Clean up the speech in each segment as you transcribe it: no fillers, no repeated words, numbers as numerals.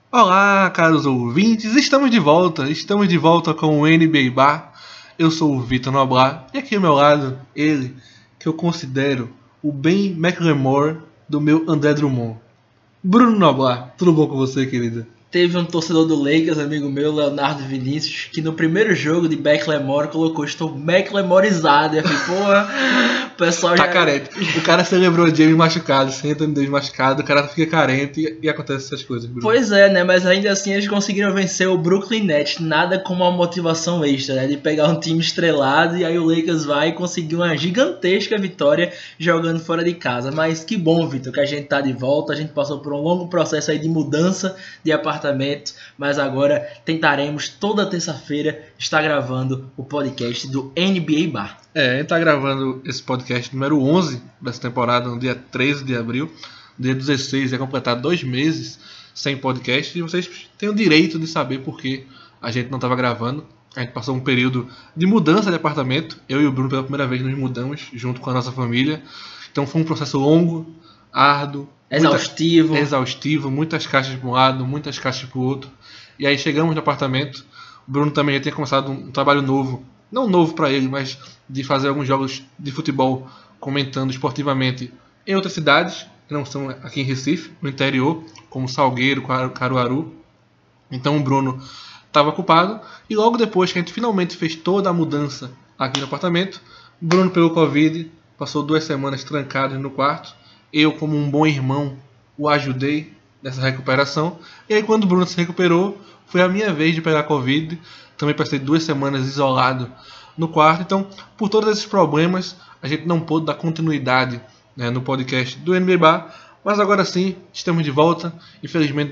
Olá, caros ouvintes, estamos de volta com o NBA Bar. Eu sou o Vitor Noblar e aqui ao meu lado, ele, que eu considero o Ben McLemore do meu André Drummond. Bruno Noblar, tudo bom com você, querida? Teve um torcedor do Lakers, amigo meu, Leonardo Vinícius, que no primeiro jogo de McLemore colocou "estou McLemorizado". E eu falei, porra, o pessoal Tá já... carente. O cara celebrou o James machucado, sem Anthony Davis machucado, o cara fica carente e acontece essas coisas, Bruno. Pois é, né? Mas ainda assim eles conseguiram vencer o Brooklyn Nets. Nada como uma motivação extra, né? De pegar um time estrelado e aí o Lakers vai conseguir uma gigantesca vitória jogando fora de casa. Mas que bom, Vitor, que a gente tá de volta. A gente passou por um longo processo aí de mudança de apartamento, mas agora tentaremos toda terça-feira estar gravando o podcast do NBA Bar. A gente tá gravando esse podcast número 11 dessa temporada, no dia 13 de abril. Dia 16 ia completar 2 meses sem podcast e vocês têm o direito de saber por que a gente não estava gravando. A gente passou um período de mudança de apartamento. Eu e o Bruno pela primeira vez nos mudamos junto com a nossa família. Então foi um processo longo, árduo, exaustivo, muitas caixas para um lado, muitas caixas para o outro. E aí chegamos no apartamento. O Bruno também já tinha começado um trabalho novo, não novo para ele, mas de fazer alguns jogos de futebol comentando esportivamente em outras cidades, que não são aqui em Recife, no interior, como Salgueiro, Caruaru. Então o Bruno estava ocupado e logo depois que a gente finalmente fez toda a mudança aqui no apartamento, o Bruno pegou Covid, passou 2 semanas trancado no quarto. Eu, como um bom irmão, o ajudei nessa recuperação. E aí quando o Bruno se recuperou, foi a minha vez de pegar Covid. Também passei 2 semanas isolado no quarto. Então, por todos esses problemas, a gente não pôde dar continuidade, né, no podcast do NBA Bar. Mas agora sim, estamos de volta. Infelizmente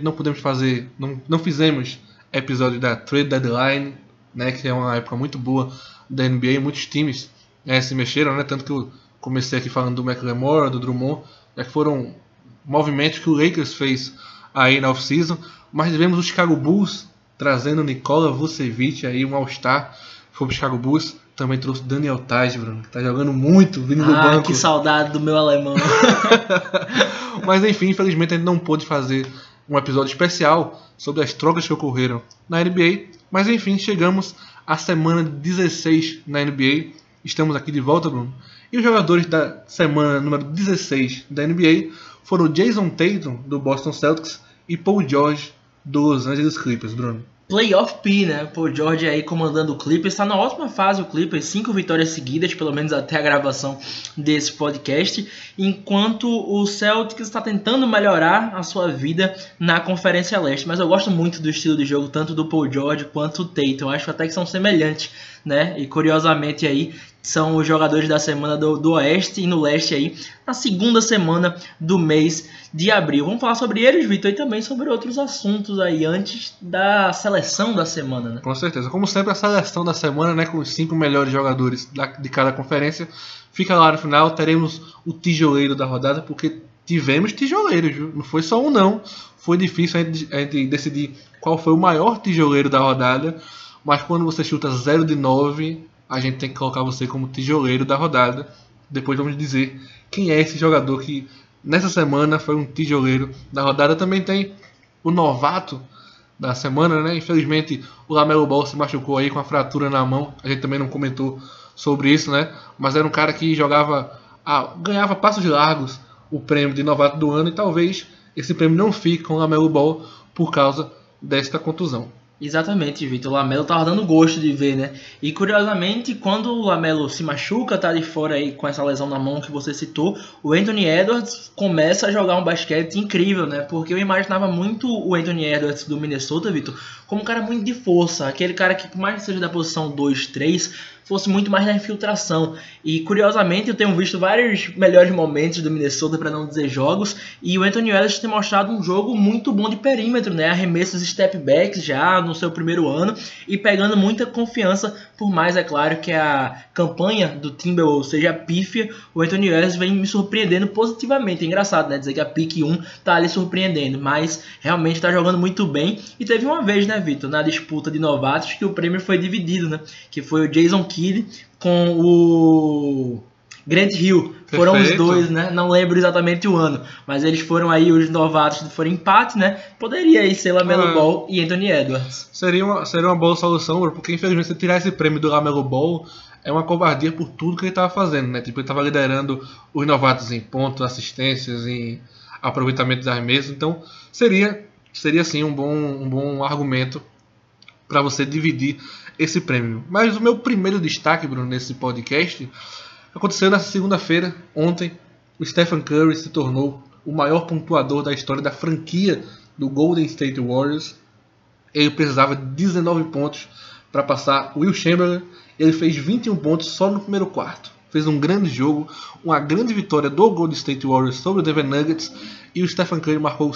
não fizemos episódio da Trade Deadline, né, que é uma época muito boa da NBA. Muitos times, se mexeram, né, tanto que eu comecei aqui falando do McLemore, do Drummond, já que foram movimentos que o Lakers fez aí na off-season. Mas tivemos o Chicago Bulls trazendo Nikola Vucevic, aí um All-Star, foi pro Chicago Bulls. Também trouxe Daniel Theis, Bruno, que tá jogando muito, vindo do banco. Que saudade do meu alemão. Mas enfim, infelizmente a gente não pôde fazer um episódio especial sobre as trocas que ocorreram na NBA. Mas enfim, chegamos à semana 16 na NBA. Estamos aqui de volta, Bruno. E os jogadores da semana número 16 da NBA foram Jason Tatum, do Boston Celtics, e Paul George, do Los Angeles Clippers, Bruno. Playoff P, né? Paul George aí comandando o Clippers. Está na ótima fase o Clippers, 5 vitórias seguidas, pelo menos até a gravação desse podcast. Enquanto o Celtics está tentando melhorar a sua vida na Conferência Leste. Mas eu gosto muito do estilo de jogo, tanto do Paul George quanto do Tatum. Acho até que são semelhantes, né? E curiosamente aí são os jogadores da semana do Oeste e no Leste aí, na segunda semana do mês de abril. Vamos falar sobre eles, Vitor, e também sobre outros assuntos aí antes da seleção da semana, né? Com certeza. Como sempre, a seleção da semana, né, com os 5 melhores jogadores de cada conferência, fica lá no final. Teremos o tijoleiro da rodada, porque tivemos tijoleiros, viu? Não foi só um, não. Foi difícil a gente decidir qual foi o maior tijoleiro da rodada, mas quando você chuta 0 de 9, a gente tem que colocar você como tijoleiro da rodada. Depois vamos dizer quem é esse jogador que nessa semana foi um tijoleiro da rodada. Também tem o novato da semana, né? Infelizmente o LaMelo Ball se machucou aí com a fratura na mão. A gente também não comentou sobre isso, né? Mas era um cara que ganhava passos largos o prêmio de novato do ano, e talvez esse prêmio não fique com o LaMelo Ball por causa desta contusão. Exatamente, Vitor. O Lamelo tava dando gosto de ver, né? E curiosamente, quando o Lamelo se machuca, tá de fora aí com essa lesão na mão que você citou, o Anthony Edwards começa a jogar um basquete incrível, né? Porque eu imaginava muito o Anthony Edwards do Minnesota, Vitor, como um cara muito de força, aquele cara que, por mais que seja da posição 2, 3, fosse muito mais na infiltração. E curiosamente eu tenho visto vários melhores momentos do Minnesota, para não dizer jogos, e o Anthony Edwards tem mostrado um jogo muito bom de perímetro, né? Arremessos step backs já no seu primeiro ano e pegando muita confiança, por mais, é claro, que a campanha do Timberwolves seja pífia, o Anthony Edwards vem me surpreendendo positivamente. É engraçado, né? Dizer que a pick 1 tá ali surpreendendo, mas realmente tá jogando muito bem. E teve uma vez, né, Vitor, na disputa de novatos que o prêmio foi dividido, né? Que foi o Jason Kidd com o Grant Hill. Foram Perfeito. os dois, né? Não lembro exatamente o ano, mas eles foram aí os novatos, foram empate, né? Poderia aí ser LaMelo Ball e Anthony Edwards. Seria uma boa solução, bro, porque infelizmente você tirar esse prêmio do LaMelo Ball é uma covardia por tudo que ele estava fazendo, né? Tipo, ele estava liderando os novatos em pontos, assistências, em aproveitamento das mesas. Então, seria sim um bom argumento para você dividir esse prêmio. Mas o meu primeiro destaque, Bruno, nesse podcast aconteceu nessa segunda-feira. Ontem, o Stephen Curry se tornou o maior pontuador da história da franquia do Golden State Warriors. Ele precisava de 19 pontos para passar o Will Chamberlain. Ele fez 21 pontos só no primeiro quarto. Fez um grande jogo, uma grande vitória do Golden State Warriors sobre o Denver Nuggets. E o Stephen Curry marcou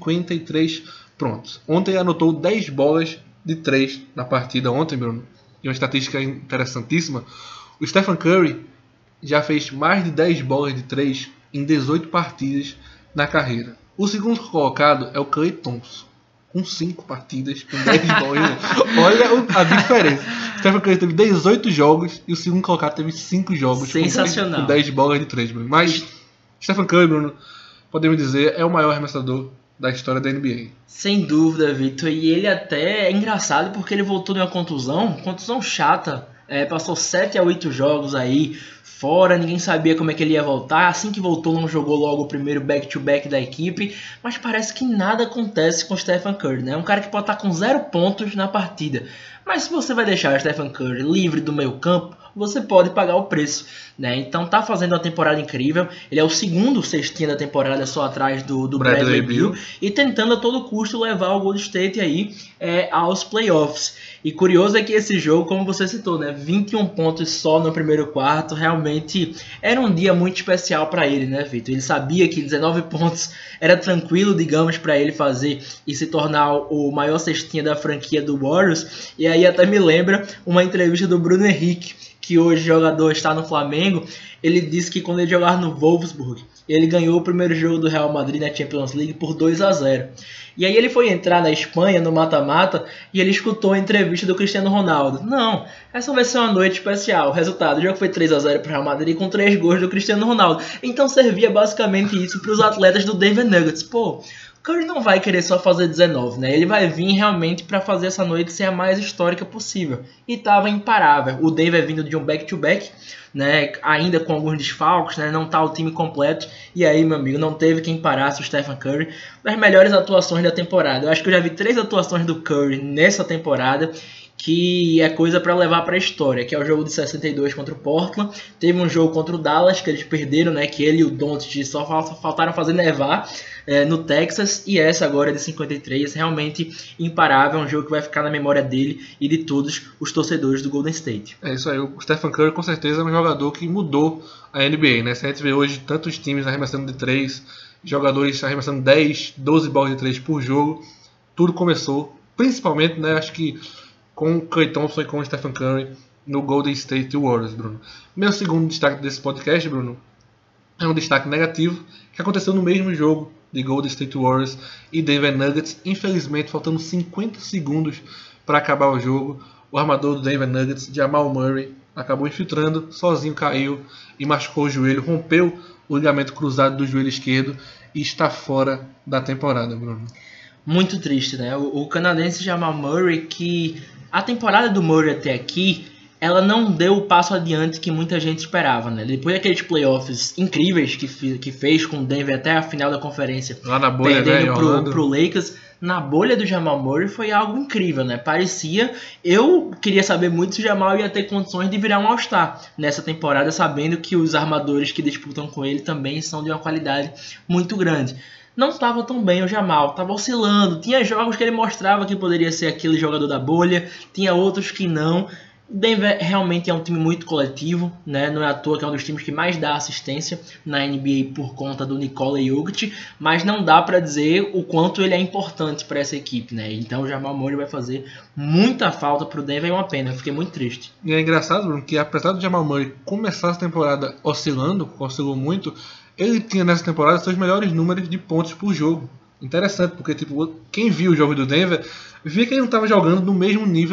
53 pontos. Ontem ele anotou 10 bolas de 3 na partida ontem, Bruno. E uma estatística interessantíssima. O Stephen Curry já fez mais de 10 bolas de 3 em 18 partidas na carreira. O segundo colocado é o Klay Thompson, com 5 partidas, com 10 bolas. Olha a diferença. O Stephen Curry teve 18 jogos e o segundo colocado teve 5 jogos Sensacional. com 10 bolas de 3, Bruno. Mas Stephen Curry, Bruno, podemos dizer, é o maior arremessador da história da NBA. Sem dúvida, Victor. E ele até é engraçado porque ele voltou de uma contusão chata. Passou 7 a 8 jogos aí fora, ninguém sabia como é que ele ia voltar. Assim que voltou, não jogou logo o primeiro back-to-back da equipe. Mas parece que nada acontece com o Stephen Curry, né? É um cara que pode estar com 0 pontos na partida. Mas se você vai deixar o Stephen Curry livre do meio campo, você pode pagar o preço, né? Então tá fazendo uma temporada incrível. Ele é o segundo cestinha da temporada, só atrás do Bradley Beal, e tentando a todo custo levar o Golden State aí aos playoffs. E curioso é que esse jogo, como você citou, né, 21 pontos só no primeiro quarto, realmente era um dia muito especial para ele, né, Vitor? Ele sabia que 19 pontos era tranquilo, digamos, para ele fazer e se tornar o maior cestinha da franquia do Warriors. E aí até me lembra uma entrevista do Bruno Henrique, que hoje jogador está no Flamengo. Ele disse que quando ele jogava no Wolfsburg, ele ganhou o primeiro jogo do Real Madrid na Champions League por 2 a 0. E aí ele foi entrar na Espanha, no mata-mata, e ele escutou a entrevista do Cristiano Ronaldo. Não, essa vai ser uma noite especial. O resultado, o jogo foi 3 a 0 para o Real Madrid com 3 gols do Cristiano Ronaldo. Então servia basicamente isso para os atletas do Denver Nuggets. Pô, Curry não vai querer só fazer 19, né? Ele vai vir realmente para fazer essa noite ser a mais histórica possível. E tava imparável. O Denver vindo de um back-to-back, né? Ainda com alguns desfalques, né? Não tá o time completo. E aí, meu amigo, não teve quem parasse o Stephen Curry. Das melhores atuações da temporada. Eu acho que eu já vi 3 atuações do Curry nessa temporada, que é coisa para levar para a história, que é o jogo de 62 contra o Portland. Teve um jogo contra o Dallas, que eles perderam, né? Que ele e o Doncic só faltaram fazer nevar no Texas. E essa agora de 53, realmente imparável, um jogo que vai ficar na memória dele e de todos os torcedores do Golden State. É isso aí, o Stephen Curry com certeza é um jogador que mudou a NBA, né? Se a gente vê hoje tantos times arremessando de 3, jogadores arremessando 10, 12 bolas de 3 por jogo, tudo começou, principalmente, né, acho que com o Klay Thompson e com o Stephen Curry no Golden State Warriors, Bruno. Meu segundo destaque desse podcast, Bruno, é um destaque negativo que aconteceu no mesmo jogo de Golden State Warriors e Denver Nuggets. Infelizmente, faltando 50 segundos para acabar o jogo, o armador do Denver Nuggets, Jamal Murray, acabou infiltrando, sozinho caiu e machucou o joelho, rompeu o ligamento cruzado do joelho esquerdo e está fora da temporada, Bruno. Muito triste, né? O canadense Jamal Murray, que a temporada do Murray até aqui, ela não deu o passo adiante que muita gente esperava, né? Depois daqueles playoffs incríveis que fez com o Denver até a final da conferência, lá na bolha, perdendo né, pro Lakers, na bolha do Jamal Murray foi algo incrível, né? Parecia... Eu queria saber muito se o Jamal ia ter condições de virar um All-Star nessa temporada, sabendo que os armadores que disputam com ele também são de uma qualidade muito grande. Não estava tão bem o Jamal, estava oscilando. Tinha jogos que ele mostrava que poderia ser aquele jogador da bolha, tinha outros que não. O Denver realmente é um time muito coletivo, né? Não é à toa que é um dos times que mais dá assistência na NBA por conta do Nikola Jokic, mas não dá para dizer o quanto ele é importante para essa equipe, né? Então o Jamal Murray vai fazer muita falta para o Denver, é uma pena, eu fiquei muito triste. E é engraçado, Bruno, que apesar do Jamal Murray começar essa temporada oscilou muito, ele tinha nessa temporada seus melhores números de pontos por jogo. Interessante, porque tipo, quem viu o jogo do Denver via que ele não estava jogando no mesmo nível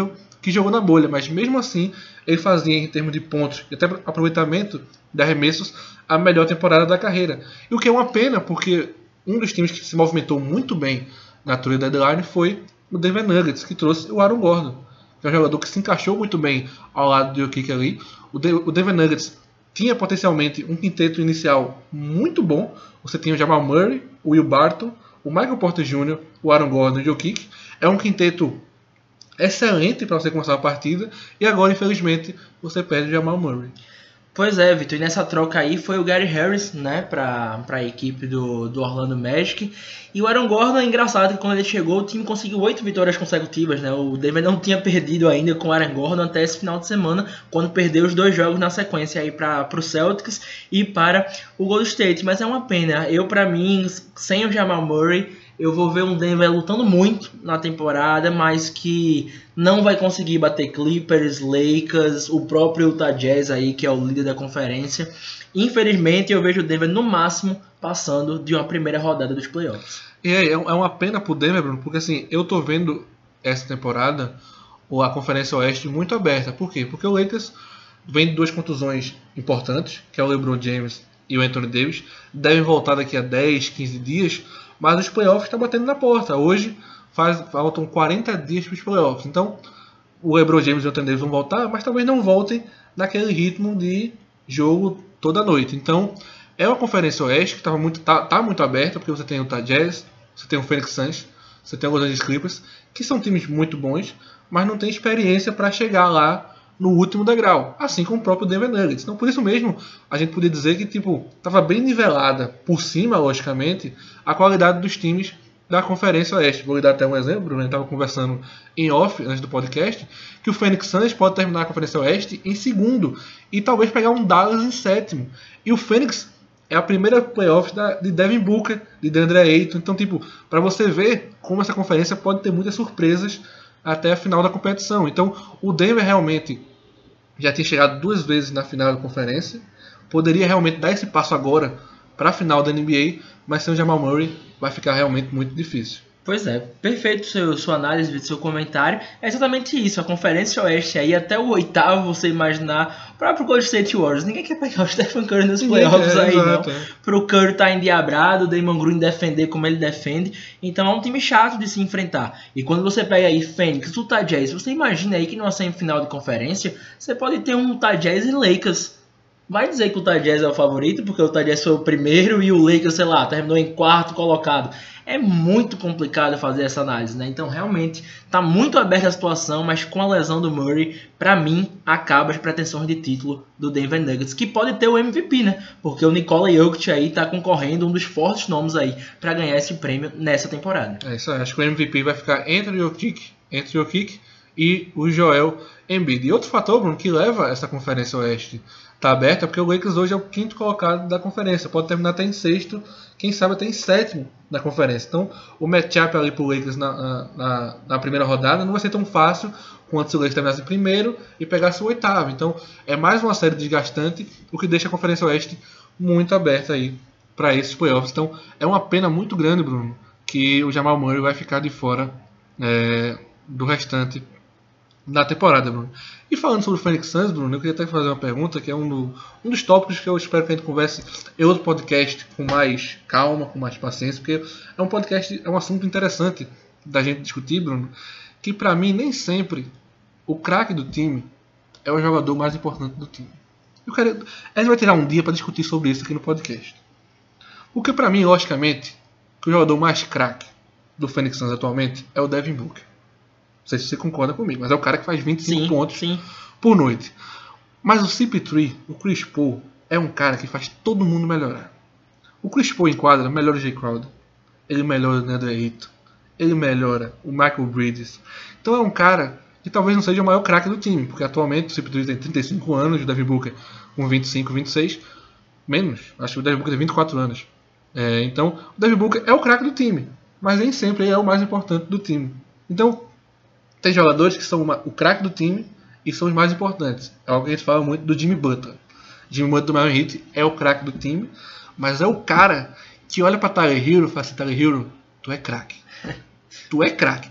que jogou na bolha, mas mesmo assim ele fazia, em termos de pontos e até aproveitamento de arremessos, a melhor temporada da carreira. E o que é uma pena, porque um dos times que se movimentou muito bem na trade deadline foi o Denver Nuggets, que trouxe o Aaron Gordon, que é um jogador que se encaixou muito bem ao lado do Jokic ali. O Denver Nuggets tinha potencialmente um quinteto inicial muito bom. Você tinha o Jamal Murray, o Will Barton, o Michael Porter Jr., o Aaron Gordon e o Jokic. É um quinteto excelente para você começar a partida. E agora, infelizmente, você perde o Jamal Murray. Pois é, Vitor, e nessa troca aí foi o Gary Harris, né, pra a equipe do Orlando Magic. E o Aaron Gordon, é engraçado que quando ele chegou, o time conseguiu 8 vitórias consecutivas, né? O Denver não tinha perdido ainda com o Aaron Gordon até esse final de semana, quando perdeu os 2 jogos na sequência aí para o Celtics e para o Golden State. Mas é uma pena. Pra mim, sem o Jamal Murray, eu vou ver um Denver lutando muito na temporada, mas que não vai conseguir bater Clippers, Lakers, o próprio Utah Jazz aí, que é o líder da conferência. Infelizmente, eu vejo o Denver no máximo passando de uma primeira rodada dos playoffs. E é uma pena pro Denver, Bruno, porque assim, eu tô vendo essa temporada a Conferência Oeste muito aberta. Por quê? Porque o Lakers vem de 2 contusões importantes, que é o LeBron James e o Anthony Davis, devem voltar daqui a 10, 15 dias, mas os playoffs estão batendo na porta. Hoje faltam 40 dias para os playoffs. Então, o LeBron James e o Anthony Davis vão voltar, mas talvez não voltem naquele ritmo de jogo toda noite. Então, é uma Conferência Oeste que tá muito aberta, porque você tem o Utah Jazz, você tem o Phoenix Suns, você tem o Los Angeles Clippers, que são times muito bons, mas não tem experiência para chegar lá no último degrau, assim como o próprio Denver Nuggets. Então, por isso mesmo, a gente podia dizer que estava bem nivelada por cima, logicamente, a qualidade dos times da Conferência Oeste. Vou lhe dar até um exemplo, Bruno, a gente estava conversando em off, antes do podcast, que o Phoenix Suns pode terminar a Conferência Oeste em segundo e talvez pegar um Dallas em sétimo. E o Phoenix é a primeira playoff de Devin Booker, de DeAndre Ayton. Então, para você ver como essa conferência pode ter muitas surpresas até a final da competição. Então, o Denver realmente já tinha chegado 2 vezes na final da conferência, poderia realmente dar esse passo agora para a final da NBA, mas sem o Jamal Murray vai ficar realmente muito difícil. Pois é, perfeito sua análise, seu comentário. É exatamente isso, a Conferência Oeste aí até o 8º, você imaginar, o próprio Golden State Warriors, ninguém quer pegar o Stephen Curry nos playoffs aí, exato, não. Pro Curry tá endiabrado, o Draymond Green defender como ele defende, então é um time chato de se enfrentar. E quando você pega aí Phoenix, Utah Jazz, você imagina aí que numa semifinal de conferência, você pode ter um Utah Jazz e Lakers. Vai dizer que o Utah Jazz é o favorito, porque o Utah Jazz foi o primeiro e o Lakers, sei lá, terminou em 4º colocado. É muito complicado fazer essa análise, né? Então, realmente, tá muito aberta a situação, mas com a lesão do Murray, pra mim, acaba as pretensões de título do Denver Nuggets, que pode ter o MVP, né? Porque o Nikola Jokic aí tá concorrendo, um dos fortes nomes aí, pra ganhar esse prêmio nessa temporada. É isso aí, acho que o MVP vai ficar entre o Jokic e o Joel Embiid. E outro fator, Bruno, que leva essa Conferência Oeste tá aberta, porque o Lakers hoje é o 5º colocado da conferência, pode terminar até em 6º, quem sabe até em 7º da conferência. Então, o matchup ali pro Lakers na primeira rodada não vai ser tão fácil quanto se o Lakers terminasse em primeiro e pegasse o 8º. Então, é mais uma série desgastante, o que deixa a Conferência Oeste muito aberta aí para esses playoffs. Então, é uma pena muito grande, Bruno, que o Jamal Murray vai ficar de fora do restante da temporada, Bruno. E falando sobre o Phoenix Suns, Bruno, eu queria até fazer uma pergunta, que é um dos tópicos que eu espero que a gente converse em outro podcast com mais calma, com mais paciência, porque é um assunto interessante da gente discutir, Bruno, que pra mim nem sempre o craque do time é o jogador mais importante do time. A gente vai tirar um dia para discutir sobre isso aqui no podcast. Porque pra mim, logicamente, que o jogador mais craque do Phoenix Suns atualmente é o Devin Booker. Não sei se você concorda comigo, mas é o cara que faz 25 pontos por noite. Mas o CP3, o Chris Paul, é um cara que faz todo mundo melhorar. O Chris Paul em quadra melhora o Jay Crowder, ele melhora o DeAndre Ayton, ele melhora o Michael Bridges. Então é um cara que talvez não seja o maior craque do time, porque atualmente o CP3 tem 35 anos, o Devin Booker com 25, 26, menos, acho que o Devin Booker tem 24 anos. Então o Devin Booker é o craque do time, mas nem sempre ele é o mais importante do time. Então tem jogadores que são o craque do time e são os mais importantes. É algo que a gente fala muito do Jimmy Butler. Jimmy Butler do Miami Heat é o craque do time, mas é o cara que olha pra Tyler Hero e fala assim: Tyler Hero, tu é craque. Tu é craque.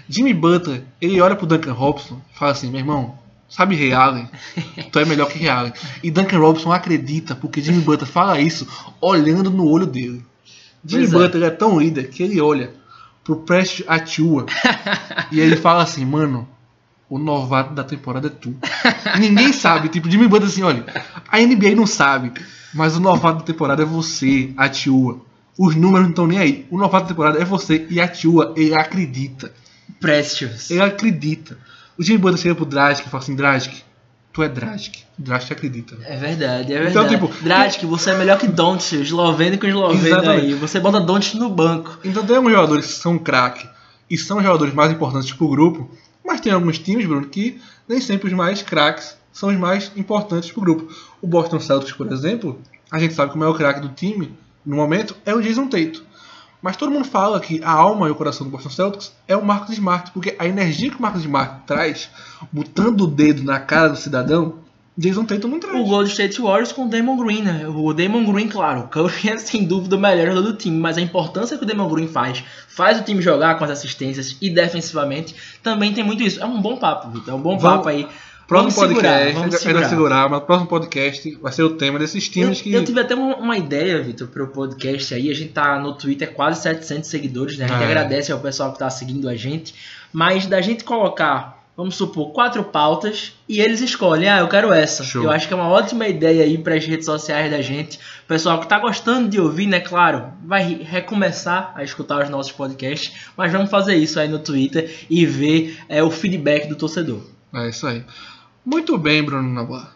Jimmy Butler, ele olha pro Duncan Robinson e fala assim, meu irmão, sabe Ray Allen? Tu é melhor que Ray Allen. E Duncan Robinson acredita, porque Jimmy Butler fala isso olhando no olho dele. Jimmy Butler é tão líder que ele olha pro Precious Achiuwa e ele fala assim, mano, o novato da temporada é tu. Ninguém sabe, tipo, Jimmy Butler assim, olha, a NBA não sabe, mas o novato da temporada é você, Achiuwa. Os números não estão nem aí. O novato da temporada é você e Achiuwa, ele acredita. Precious. Ele acredita. O Jimmy Butler chega pro Dragic e fala assim, Dragic, tu é Dragic. Dragic acredita. É verdade, é verdade. Então, tipo, Dragic, você é melhor que Doncic, esloveno com esloveno aí. Você bota Doncic no banco. Então tem alguns jogadores que são craque e são os jogadores mais importantes pro grupo, mas tem alguns times, Bruno, que nem sempre os mais craques são os mais importantes pro grupo. O Boston Celtics, por exemplo, a gente sabe que o maior craque do time, no momento, é o Jason Tatum. Mas todo mundo fala que a alma e o coração do Boston Celtics é o Marcus Smart, porque a energia que o Marcus Smart traz, botando o dedo na cara do cidadão, Jason Tatum não traz. O Golden State Warriors com o Damon Green, né? O Damon Green, claro, o Curry é sem dúvida o melhor jogador do time, mas a importância que o Damon Green faz o time jogar com as assistências e defensivamente, também tem muito isso. É um bom papo, Vitor, é um bom papo aí. Próximo podcast, vamos segurar, mas o próximo podcast vai ser o tema desses times que... Eu tive até uma ideia, Vitor, para o podcast aí. A gente tá no Twitter quase 700 seguidores, né? A gente agradece ao pessoal que tá seguindo a gente. Mas da gente colocar, vamos supor, 4 pautas e eles escolhem, eu quero essa. Show. Eu acho que é uma ótima ideia aí para as redes sociais da gente. O pessoal que tá gostando de ouvir, né? Claro, vai recomeçar a escutar os nossos podcasts. Mas vamos fazer isso aí no Twitter e ver o feedback do torcedor. É isso aí. Muito bem, Bruno Navarro.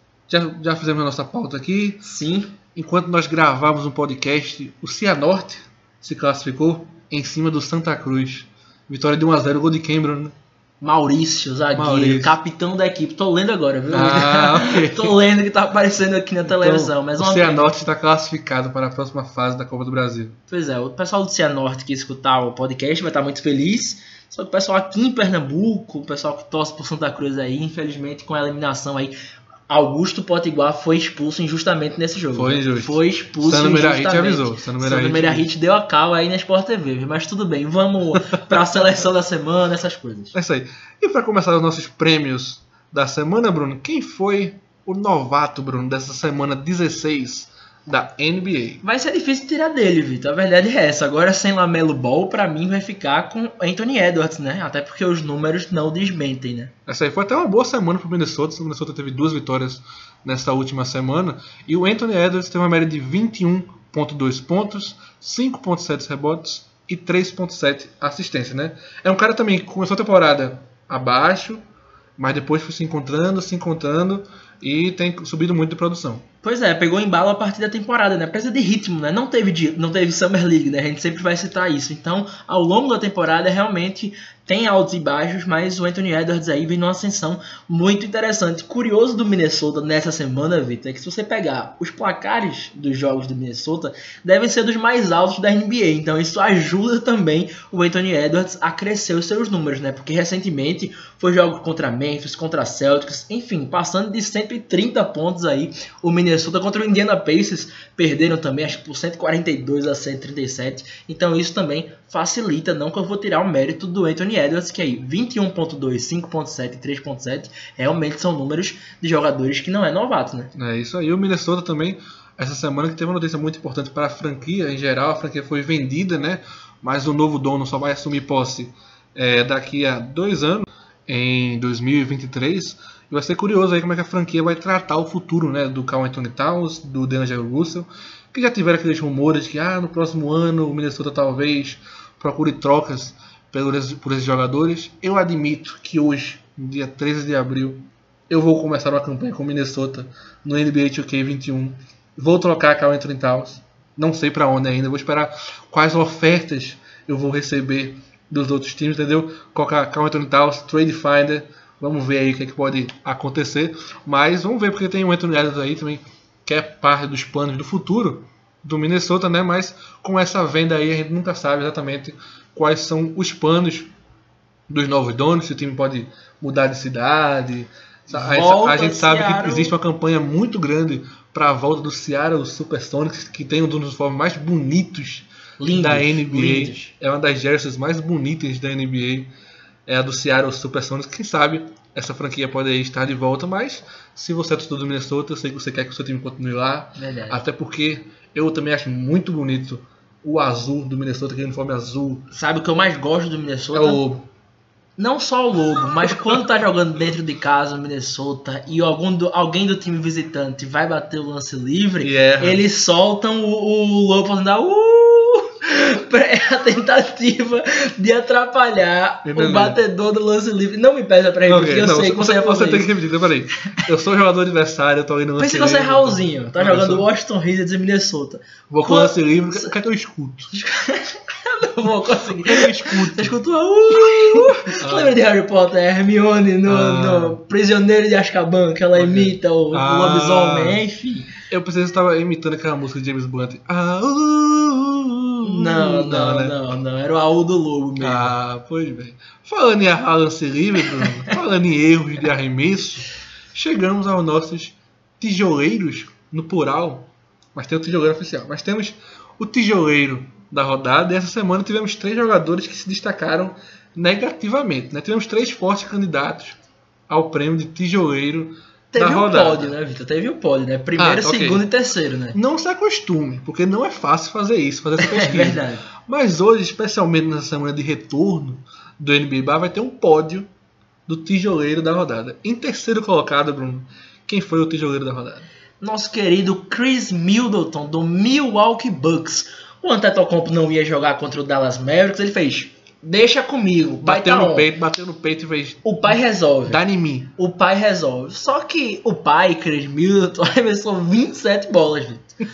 Já fizemos a nossa pauta aqui. Sim. Enquanto nós gravávamos um podcast, o Cianorte se classificou em cima do Santa Cruz. Vitória de 1-0, gol de quem, Bruno? Maurício, zagueiro, capitão da equipe. Tô lendo agora, viu? Ok. Tô lendo que tá aparecendo aqui na televisão. Então, mas o Cianorte está classificado para a próxima fase da Copa do Brasil. Pois é, o pessoal do Cianorte que escutar o podcast vai estar muito feliz. Só que o pessoal aqui em Pernambuco, o pessoal que torce por Santa Cruz aí, infelizmente com a eliminação aí, Augusto Potiguar foi expulso injustamente nesse jogo. Foi injusto. Foi expulso Sano injustamente. avisou. Sano Merahit deu a cal aí na Sport TV. Mas tudo bem, vamos para a seleção da semana, essas coisas. É isso aí. E para começar os nossos prêmios da semana, Bruno, quem foi o novato, Bruno, dessa semana 16 da NBA? Vai ser difícil tirar dele, Vitor. A verdade é essa. Agora, sem Lamelo Ball, pra mim vai ficar com Anthony Edwards, né? Até porque os números não desmentem, né? Essa aí foi até uma boa semana pro Minnesota. O Minnesota teve 2 vitórias nessa última semana. E o Anthony Edwards teve uma média de 21,2 pontos, 5,7 rebotes e 3,7 assistência, né? É um cara também que começou a temporada abaixo, mas depois foi se encontrando e tem subido muito de produção. Pois é, pegou embalo a partir da temporada, né? Precisa de ritmo, né? Não teve Summer League, né? A gente sempre vai citar isso. Então, ao longo da temporada, realmente tem altos e baixos, mas o Anthony Edwards aí vem numa ascensão muito interessante. Curioso do Minnesota nessa semana, Vitor, é que se você pegar os placares dos jogos do Minnesota, devem ser dos mais altos da NBA. Então, isso ajuda também o Anthony Edwards a crescer os seus números, né? Porque recentemente foi jogo contra Memphis, contra Celtics, enfim, passando de 130 pontos aí. O Minnesota contra o Indiana Pacers perderam também, acho que por 142 a 137. Então isso também facilita, não que eu vou tirar o mérito do Anthony Edwards, que aí 21.2, 5.7 e 3.7 realmente são números de jogadores que não é novato, né? É isso aí. O Minnesota também, essa semana que teve uma notícia muito importante para a franquia em geral. A franquia foi vendida, né? Mas o novo dono só vai assumir posse daqui a 2 anos, em 2023. E vai ser curioso aí como é que a franquia vai tratar o futuro, né, do Karl Anthony Towns, do D'Angelo Russell, que já tiveram aqueles rumores de que no próximo ano o Minnesota talvez procure trocas por esses jogadores. Eu admito que hoje, no dia 13 de abril, eu vou começar uma campanha com o Minnesota no NBA 2K21. Vou trocar Karl Anthony Towns, não sei para onde ainda, vou esperar quais ofertas eu vou receber dos outros times, entendeu? Colocar Karl Anthony Towns, Trade Finder. Vamos ver aí o que pode acontecer. Mas vamos ver, porque tem o Anthony Edwards aí também, que é parte dos planos do futuro do Minnesota, né? Mas com essa venda aí a gente nunca sabe exatamente quais são os planos dos novos donos, se o time pode mudar de cidade. A gente sabe que existe uma campanha muito grande para a volta do Seattle Supersonics, que tem um dos uniformes mais bonitos da NBA. É uma das jerseys mais bonitas da NBA. é a do Seattle Supersonics. Quem sabe essa franquia pode estar de volta, mas se você é torcedor do Minnesota, eu sei que você quer que o seu time continue lá. Verdade. Até porque eu também acho muito bonito o azul do Minnesota, aquele uniforme azul. Sabe o que eu mais gosto do É Minnesota? o lobo. Não só o Lobo, mas quando tá jogando dentro de casa no Minnesota e alguém do time visitante vai bater o lance livre, E erra. eles soltam o Lobo fazendo a tentativa de atrapalhar Entendi. o batedor do lance livre. Não me peça pra repetir, Ok, eu não, sei que você vai fazer tem que isso. repetir, então peraí. Eu sou o jogador adversário, eu tô indo no lance Pensa que você é livre, Raulzinho, tá Eu jogando sou- Washington Wizards em Minnesota. Vou com o lance livre, o que é que eu escuto? Não vou conseguir. Eu escuto. Você escutou Lembra de Harry Potter, Hermione no Prisioneiro de Azkaban, que ela imita o lobisomem, enfim. Eu pensei que você estava imitando aquela música de James Blunt. Não, era o AU do Lobo mesmo. Ah, pois bem. Falando em lance livre, Bruno, falando em erros de arremesso, chegamos aos nossos tijoleiros, no plural, mas tem o tijoleiro oficial. Mas temos o tijoleiro da rodada e essa semana tivemos 3 jogadores que se destacaram negativamente. Né? Tivemos 3 fortes candidatos ao prêmio de tijoleiro Teve da o rodada. pódio, né, Vitor? Teve o pódio, né? Primeiro, ok. segundo e terceiro, né? Não se acostume, porque não é fácil fazer isso, fazer essa É pesquisa. verdade. Mas hoje, especialmente nessa semana de retorno do NBA Bar, vai ter um pódio do tijoleiro da rodada. Em terceiro colocado, Bruno, quem foi o tijoleiro da rodada? Nosso querido Chris Middleton, do Milwaukee Bucks. O Antetokounmpo não ia jogar contra o Dallas Mavericks, ele fez, deixa comigo, Bateu no peito e fez, o pai resolve. dá em mim. O pai resolve. Só que o pai, Chris Middleton, arremessou 27 bolas, Vitor.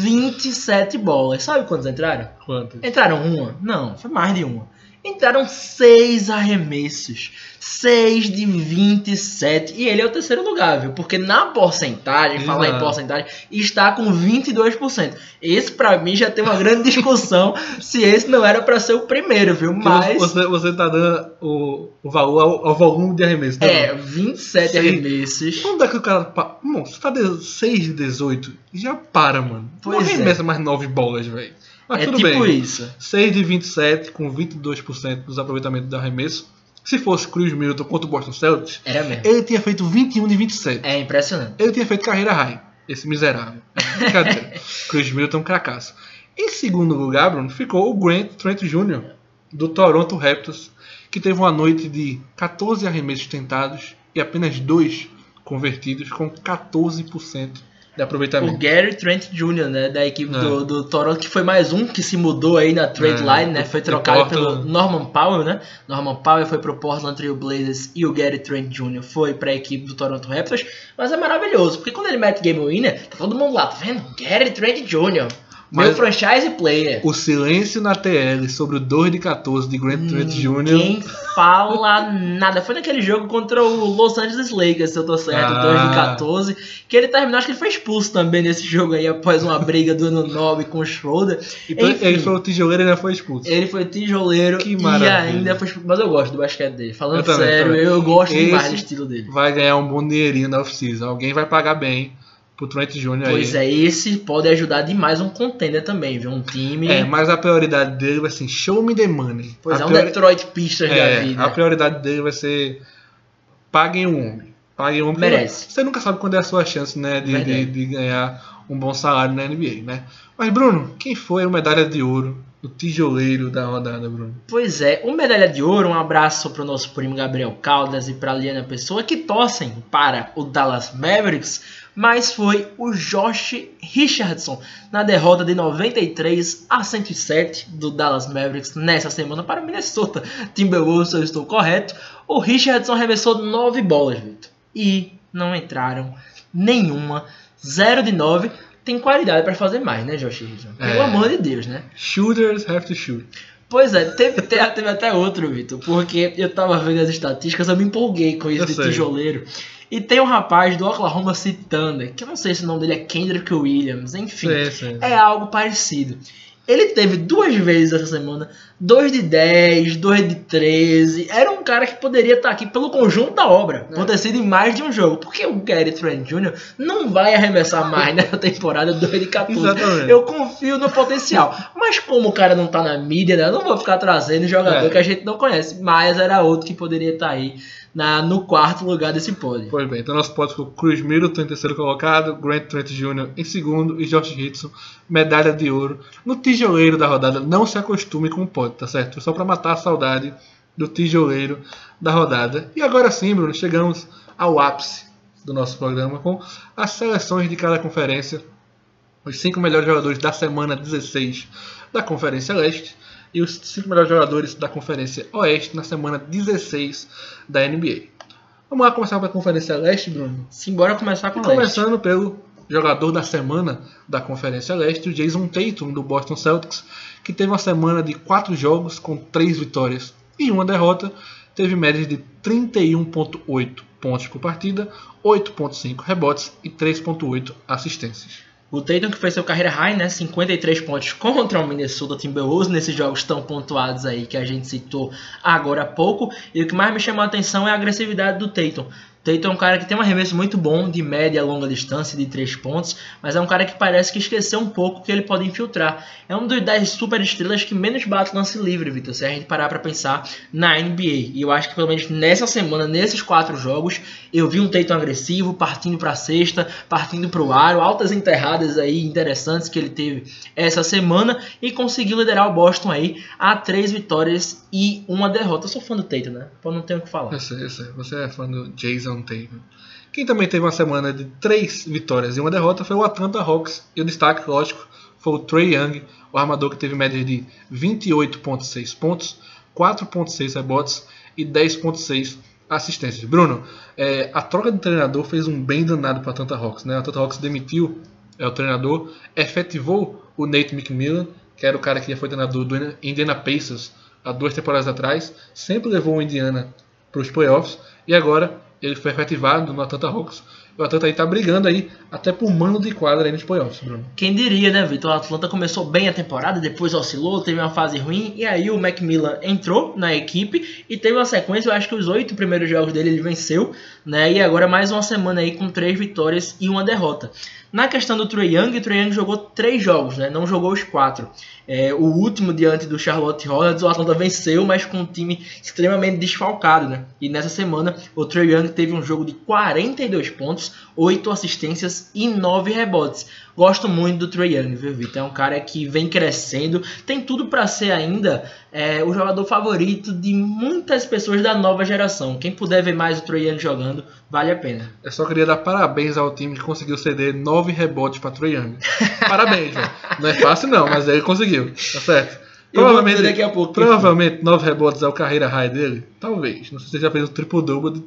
27 bolas. Sabe quantos entraram? Quantas? Entraram uma? Não, foi mais de uma. Entraram 6 arremessos. 6 de 27. E ele é o terceiro lugar, viu? Porque na porcentagem, falar em Exato. porcentagem, está com 22%. Esse pra mim já tem uma grande discussão se esse não era pra ser o primeiro, viu? Mas Você tá dando o valor ao volume de arremesso. Né? 27 Sim. arremessos. Quando é que o cara... Mano, você tá 6 de 18, já para, mano. Pois não arremessa mais 9 bolas, velho. Mas É tudo tipo bem. isso. 6 de 27 com 22% dos aproveitamentos do arremesso. Se fosse Chris Middleton contra o Boston Celtics, Era mesmo. ele tinha feito 21 de 27. É impressionante. Ele tinha feito carreira high. Esse miserável. Brincadeira. Chris Middleton é um cracaço. Em segundo lugar, Bruno, ficou o Grant Trent Jr., do Toronto Raptors, que teve uma noite de 14 arremessos tentados e apenas 2 convertidos, com 14% de aproveitamento. O Gary Trent Jr., né, da equipe É. do Toronto, que foi mais um que se mudou aí na trade line, né, foi trocado pelo Norman Powell, né, Norman Powell foi pro Portland Trail Blazers e o Gary Trent Jr. foi pra equipe do Toronto Raptors, mas é maravilhoso, porque quando ele mete game winner, tá todo mundo lá, tá vendo? Gary Trent Jr., meu Mas franchise player. o silêncio na TL sobre o 2 de 14 de Grant Trent Jr. Ninguém fala nada. Foi naquele jogo contra o Los Angeles Lakers, se eu tô certo, 2 de 14, que ele terminou, acho que ele foi expulso também nesse jogo aí, após uma briga do Anunoby com o Schroeder. Então, Enfim, ele foi o tijoleiro e ainda foi expulso. ele foi tijoleiro Que e maravilha. ainda foi expulso. Mas eu gosto do basquete dele. Falando Eu também, sério, também. eu gosto demais Esse do estilo dele. vai ganhar um bom dinheirinho na off-season. Alguém vai pagar bem pro Trent Jr. aí. Pois é, esse pode ajudar demais um contender também, viu? Um time. Mas a prioridade dele vai ser show me the money. Pois a é, um Detroit Pistons da vida. A prioridade dele vai ser paguem o homem. Paguem o homem. Merece. Você nunca sabe quando é a sua chance, né, de ganhar um bom salário na NBA, né? Mas, Bruno, quem foi a medalha de ouro do tijoleiro da rodada, Bruno? Pois é, o Medalha de Ouro, um abraço pro nosso primo Gabriel Caldas e pra Liana Pessoa, que torcem para o Dallas Mavericks, mas foi o Josh Richardson na derrota de 93-107 do Dallas Mavericks nessa semana para o Minnesota Timberwolves, se eu estou correto. O Richardson arremessou 9 bolas, Victor, e não entraram nenhuma, 0 de 9. Tem qualidade para fazer mais, né, Josh Richardson? Pelo amor de Deus, né? Shooters have to shoot. Pois é, teve até outro, Vitor, porque eu tava vendo as estatísticas, eu me empolguei com isso Eu de sei. tijoleiro. E tem um rapaz do Oklahoma City Thunder, que eu não sei se o nome dele é Kendrick Williams, enfim, Sim. é algo parecido. Ele teve 2 vezes essa semana, 2 de 10, 2 de 13. Era um cara que poderia estar aqui pelo conjunto da obra, por ter sido em mais de um jogo. Porque o Gary Trent Jr. não vai arremessar mais nessa temporada 2 de 14. Exatamente. Eu confio no potencial. Mas como o cara não tá na mídia, né, eu não vou ficar trazendo jogador que a gente não conhece. Mas era outro que poderia estar aí no 4º lugar desse pódio. Pois bem, então nosso pódio ficou Chris Middleton em 3º colocado, Grant Trent Jr. em 2º e Josh Richardson, medalha de ouro. No tijoleiro da rodada, não se acostume com o pódio, tá certo? Só para matar a saudade do tijoleiro da rodada. E agora sim, Bruno, chegamos ao ápice do nosso programa com as seleções de cada conferência, os 5 melhores jogadores da semana 16 da Conferência Leste e os 5 melhores jogadores da Conferência Oeste na semana 16 da NBA. Vamos lá começar pela Conferência Leste, Bruno? Simbora começar com o Começando pelo jogador da semana da Conferência Leste, o Jason Tatum, do Boston Celtics, que teve uma semana de 4 jogos com 3 vitórias e 1 derrota, teve médias de 31,8 pontos por partida, 8,5 rebotes e 3,8 assistências. O Tatum que fez seu carreira high, né, 53 pontos contra o Minnesota Timberwolves, nesses jogos tão pontuados aí que a gente citou agora há pouco. E o que mais me chamou a atenção é a agressividade do Tatum. Tatum é um cara que tem um arremesso muito bom de média a longa distância de 3 pontos, mas é um cara que parece que esqueceu um pouco que ele pode infiltrar. É um dos 10 super estrelas que menos bate lance livre, Vitor, se a gente parar para pensar na NBA. E eu acho que pelo menos nessa semana, nesses 4 jogos, eu vi um Tatum agressivo, partindo para a cesta, partindo para o aro, altas enterradas aí interessantes que ele teve essa semana e conseguiu liderar o Boston aí a 3 vitórias e 1 derrota. Eu sou fã do Tatum, né? Então não tenho o que falar. Eu sei. Você é fã do Jason Tatum. Quem também teve uma semana de 3 vitórias e 1 derrota foi o Atlanta Hawks. E o destaque, lógico, foi o Trae Young, o armador que teve média de 28,6 pontos, 4,6 rebotes e 10,6 assistências. Bruno, a troca de treinador fez um bem danado para o Atlanta Hawks, né? O Atlanta Hawks demitiu o treinador, efetivou o Nate McMillan, que era o cara que já foi treinador do Indiana Pacers há 2 temporadas atrás, sempre levou o Indiana para os playoffs, e agora ele foi efetivado no Atlanta Hawks. O Atlanta aí tá brigando aí até por mando de quadra aí nos playoffs, Bruno. Quem diria, né, Vitor? O Atlanta começou bem a temporada, depois oscilou, teve uma fase ruim, e aí o McMillan entrou na equipe e teve uma sequência, eu acho que os 8 primeiros jogos dele ele venceu, né? E agora mais uma semana aí com 3 vitórias e 1 derrota. Na questão do Trae Young jogou 3 jogos, né? Não jogou os 4. O último diante do Charlotte Hornets, o Atlanta venceu, mas com um time extremamente desfalcado, né? E nessa semana o Trae Young teve um jogo de 42 pontos, 8 assistências e 9 rebotes. Gosto muito do Trae Young, viu, Vitor? É um cara que vem crescendo, tem tudo para ser ainda o jogador favorito de muitas pessoas da nova geração. Quem puder ver mais o Trae Young jogando, vale a pena. Eu só queria dar parabéns ao time que conseguiu ceder 9 rebotes para Trae Young. Parabéns, velho. Não é fácil não, mas ele conseguiu, tá certo? Provavelmente 9 rebotes é o carreira high dele? Talvez. Não sei se ele já fez o triple-double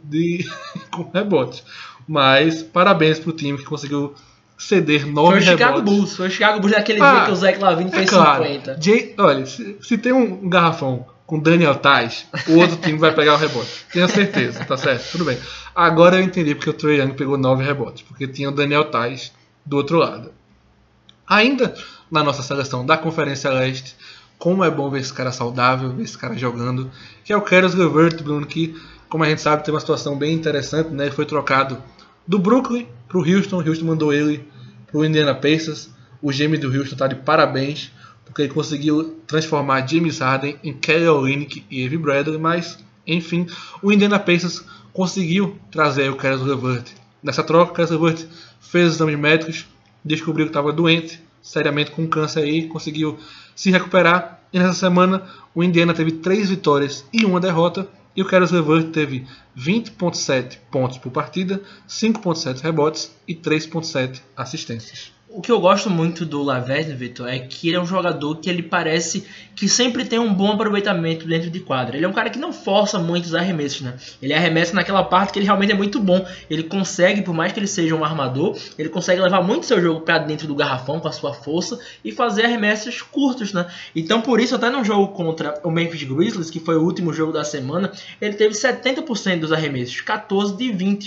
com rebotes. Mas parabéns pro time que conseguiu ceder 9 rebotes. Foi o Chicago Bulls naquele dia que o Zach LaVine fez claro. 50. Olha, se tem um garrafão com Daniel Tais, o outro time vai pegar o rebote. Tenho certeza, tá certo? Tudo bem. Agora eu entendi porque o Trae Young pegou 9 rebotes. Porque tinha o Daniel Tais do outro lado. Ainda na nossa seleção da Conferência Leste, como é bom ver esse cara saudável, ver esse cara jogando, que é o Caris LeVert, Bruno, que, como a gente sabe, tem uma situação bem interessante, né? Ele foi trocado do Brooklyn para o Houston. O Houston mandou ele para o Indiana Pacers. O GM do Houston está de parabéns, porque ele conseguiu transformar James Harden em Kelly Olynyk e Avery Bradley, mas, enfim, o Indiana Pacers conseguiu trazer o Caris LeVert. Nessa troca, o Caris LeVert fez exames médicos, descobriu que estava doente, seriamente com câncer aí, conseguiu se recuperar. E nessa semana, o Indiana teve 3 vitórias e 1 derrota, e o Caris LeVert teve 20,7 pontos por partida, 5,7 rebotes e 3,7 assistências. O que eu gosto muito do LeVert, Vitor, é que ele é um jogador que ele parece que sempre tem um bom aproveitamento dentro de quadra. Ele é um cara que não força muitos arremessos, né? Ele arremessa naquela parte que ele realmente é muito bom. Ele consegue, por mais que ele seja um armador, ele consegue levar muito seu jogo para dentro do garrafão com a sua força e fazer arremessos curtos, né? Então, por isso, até no jogo contra o Memphis Grizzlies, que foi o último jogo da semana, ele teve 70% dos arremessos, 14 de 20.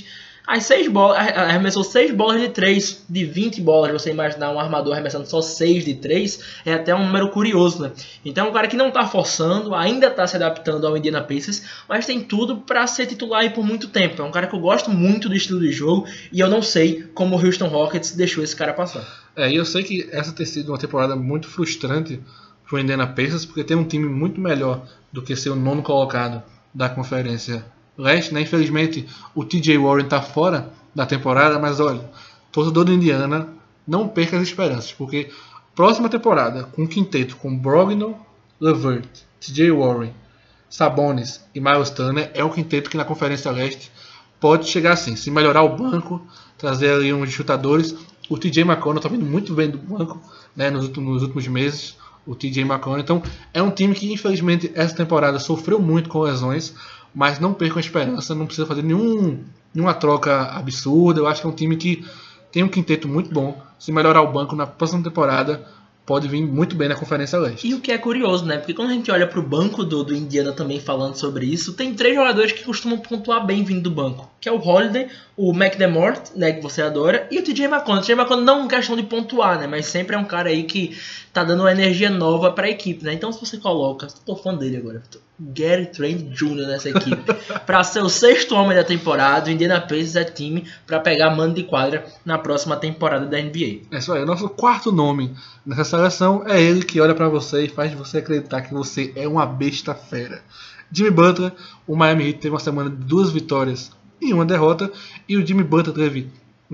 As 6 bolas, arremessou 6 bolas de 3 de 20 bolas. Você imaginar um armador arremessando só 6 de 3 é até um número curioso, né? Então é um cara que não tá forçando, ainda tá se adaptando ao Indiana Pacers, mas tem tudo para ser titular aí por muito tempo. É um cara que eu gosto muito do estilo de jogo e eu não sei como o Houston Rockets deixou esse cara passar. E eu sei que essa tem sido uma temporada muito frustrante pro Indiana Pacers, porque tem um time muito melhor do que ser o nono colocado da Conferência Leste, né? Infelizmente o TJ Warren tá fora da temporada, mas olha, torcedor do Indiana, não perca as esperanças, porque próxima temporada, com o quinteto com Brogdon, LeVert, TJ Warren, Sabonis e Miles Turner, é um quinteto que na Conferência Leste pode chegar assim, se melhorar o banco, trazer ali uns chutadores. O TJ McConnell tá vindo muito bem do banco, né, nos últimos meses, o TJ McConnell. Então é um time que infelizmente essa temporada sofreu muito com lesões, mas não percam a esperança, não precisa fazer nenhuma troca absurda. Eu acho que é um time que tem um quinteto muito bom. Se melhorar o banco na próxima temporada, pode vir muito bem na Conferência Leste. E o que é curioso, né? Porque quando a gente olha pro banco do Indiana também falando sobre isso, tem 3 jogadores que costumam pontuar bem vindo do banco. Que é o Holiday, o McDermott, né, que você adora, e o TJ McConnell. O TJ McConnell não é uma questão de pontuar, né? Mas sempre é um cara aí que tá dando uma energia nova pra equipe, né? Então se você coloca, tô fã dele agora, Gary Trent Jr. nessa equipe, pra ser o 6º homem da temporada, o Indiana Pacers é time pra pegar mando de quadra na próxima temporada da NBA. É isso aí, o nosso 4º nome nessa seleção é ele que olha pra você e faz você acreditar que você é uma besta fera. Jimmy Butler, o Miami Heat teve uma semana de 2 vitórias e 1 derrota, e o Jimmy Butler teve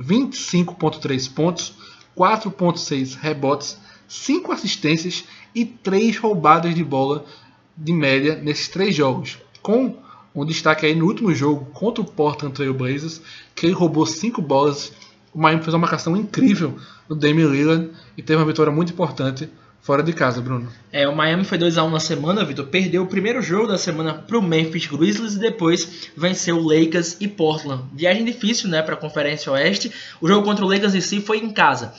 25.3 pontos, 4.6 rebotes, 5 assistências e 3 roubadas de bola de média nesses 3 jogos, com um destaque aí no último jogo contra o Portland Trail Blazers, que ele roubou 5 bolas. O Miami fez uma marcação incrível no Damian Lillard e teve uma vitória muito importante fora de casa, Bruno. O Miami foi 2-1 na semana, Vitor. Perdeu o primeiro jogo da semana pro Memphis Grizzlies e depois venceu o Lakers e Portland. Viagem difícil, né, pra Conferência Oeste. O jogo contra o Lakers em si foi em casa.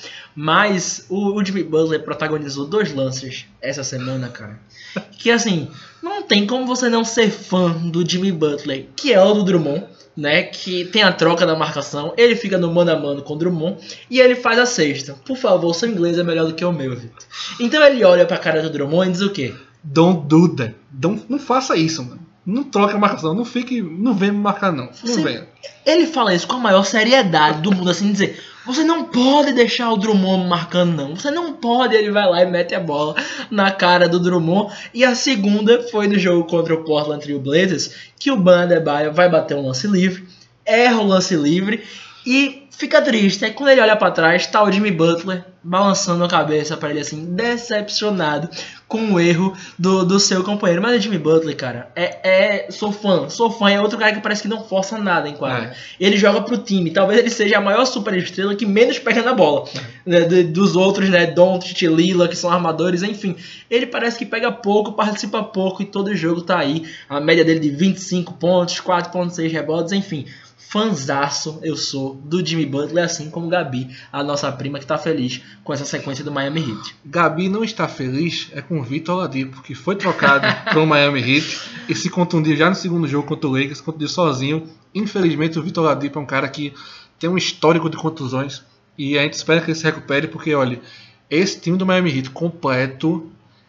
Mas o Jimmy Butler protagonizou 2 lances essa semana, cara. Que assim, não tem como você não ser fã do Jimmy Butler, que é o do Drummond, né, que tem a troca da marcação, ele fica no mano a mano com o Drummond e ele faz a cesta. Por favor, seu inglês é melhor do que o meu, Vitor. Então ele olha pra cara do Drummond e diz o quê? Don't do that. Não faça isso, mano. Não troque a marcação, não vem me marcar não. Não venha. Ele fala isso com a maior seriedade do mundo, assim, dizer: você não pode deixar o Drummond marcando, não. Você não pode. Ele vai lá e mete a bola na cara do Drummond. E a segunda foi no jogo contra o Portland Trail Blazers, que o Bam Adebayo vai bater um lance livre, erra o lance livre e fica triste. Aí quando ele olha pra trás, tá o Jimmy Butler balançando a cabeça pra ele, assim, decepcionado com o erro do seu companheiro. Mas o Jimmy Butler, cara, sou fã. É outro cara que parece que não força nada em quadra. Ele joga pro time. Talvez ele seja a maior superestrela que menos pega na bola. Né, dos outros, né, Doncic, Lillard, que são armadores, enfim. Ele parece que pega pouco, participa pouco e todo jogo tá aí. A média dele de 25 pontos, 4.6 rebotes, enfim. Fanzaço eu sou do Jimmy Butler, assim como Gabi, a nossa prima, que está feliz com essa sequência do Miami Heat. Gabi não está feliz com o Victor Oladipo, que foi trocado para o Miami Heat e se contundiu já no segundo jogo contra o Lakers, contundiu sozinho. Infelizmente o Victor Oladipo é um cara que tem um histórico de contusões e a gente espera que ele se recupere, porque olha, esse time do Miami Heat completo,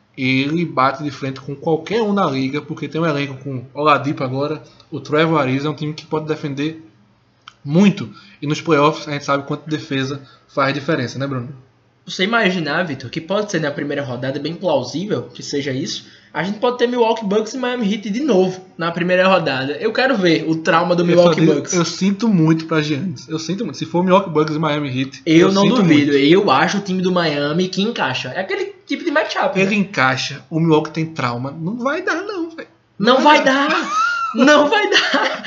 ele bate de frente com qualquer um na liga, porque tem um elenco com Oladipo agora, o Trevor Ariza, é um time que pode defender muito, e nos playoffs a gente sabe quanto defesa faz diferença, né, Bruno? Você imaginar, Vitor, que pode ser na primeira rodada, bem plausível que seja isso, a gente pode ter Milwaukee Bucks e Miami Heat de novo na primeira rodada. Eu quero ver o trauma do Milwaukee Bucks. Eu sinto muito pra Giannis. Eu sinto muito. Se for Milwaukee Bucks e Miami Heat, eu não duvido. Muito. Eu acho o time do Miami que encaixa. É aquele tipo de matchup. Ele encaixa. O Milwaukee tem trauma. Não vai dar, não, velho. Não vai dar. Não vai dar.